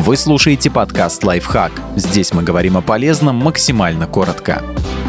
Вы слушаете подкаст «Лайфхак». Здесь мы говорим о полезном максимально коротко.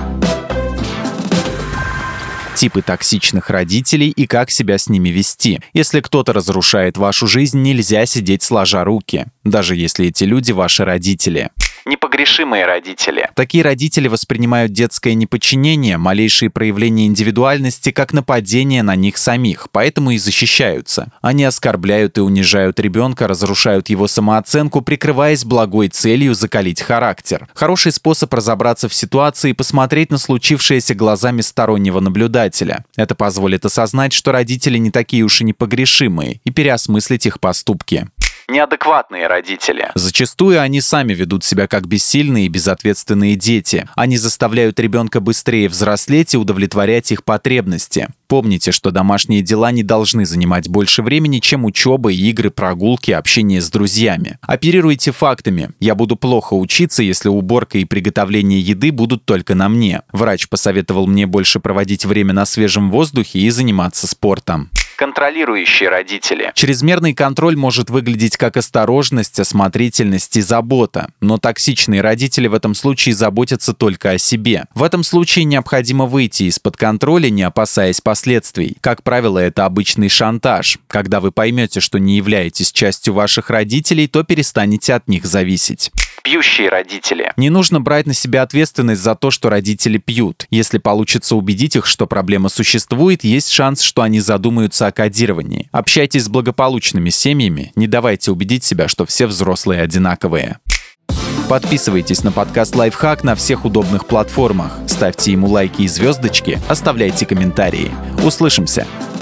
Типы токсичных родителей и как себя с ними вести. Если кто-то разрушает вашу жизнь, нельзя сидеть сложа руки, даже если эти люди ваши родители. Непогрешимые родители. Такие родители воспринимают детское неподчинение, малейшие проявления индивидуальности как нападение на них самих, поэтому и защищаются. Они оскорбляют и унижают ребенка, разрушают его самооценку, прикрываясь благой целью закалить характер. Хороший способ разобраться в ситуации и посмотреть на случившееся глазами стороннего наблюдателя. Это позволит осознать, что родители не такие уж и непогрешимые, и переосмыслить их поступки. Неадекватные родители. Зачастую они сами ведут себя как бессильные и безответственные дети. Они заставляют ребенка быстрее взрослеть и удовлетворять их потребности. Помните, что домашние дела не должны занимать больше времени, чем учеба, игры, прогулки, общение с друзьями. Оперируйте фактами. Я буду плохо учиться, если уборка и приготовление еды будут только на мне. Врач посоветовал мне больше проводить время на свежем воздухе и заниматься спортом. Контролирующие родители. Чрезмерный контроль может выглядеть как осторожность, осмотрительность и забота, но токсичные родители в этом случае заботятся только о себе. В этом случае необходимо выйти из-под контроля, не опасаясь последствий. Как правило, это обычный шантаж. Когда вы поймете, что не являетесь частью ваших родителей, то перестанете от них зависеть. Пьющие родители. Не нужно брать на себя ответственность за то, что родители пьют. Если получится убедить их, что проблема существует, есть шанс, что они задумаются о кодировании. Общайтесь с благополучными семьями, не давайте убедить себя, что все взрослые одинаковые. Подписывайтесь на подкаст «Лайфхак» на всех удобных платформах. Ставьте ему лайки и звездочки, оставляйте комментарии. Услышимся!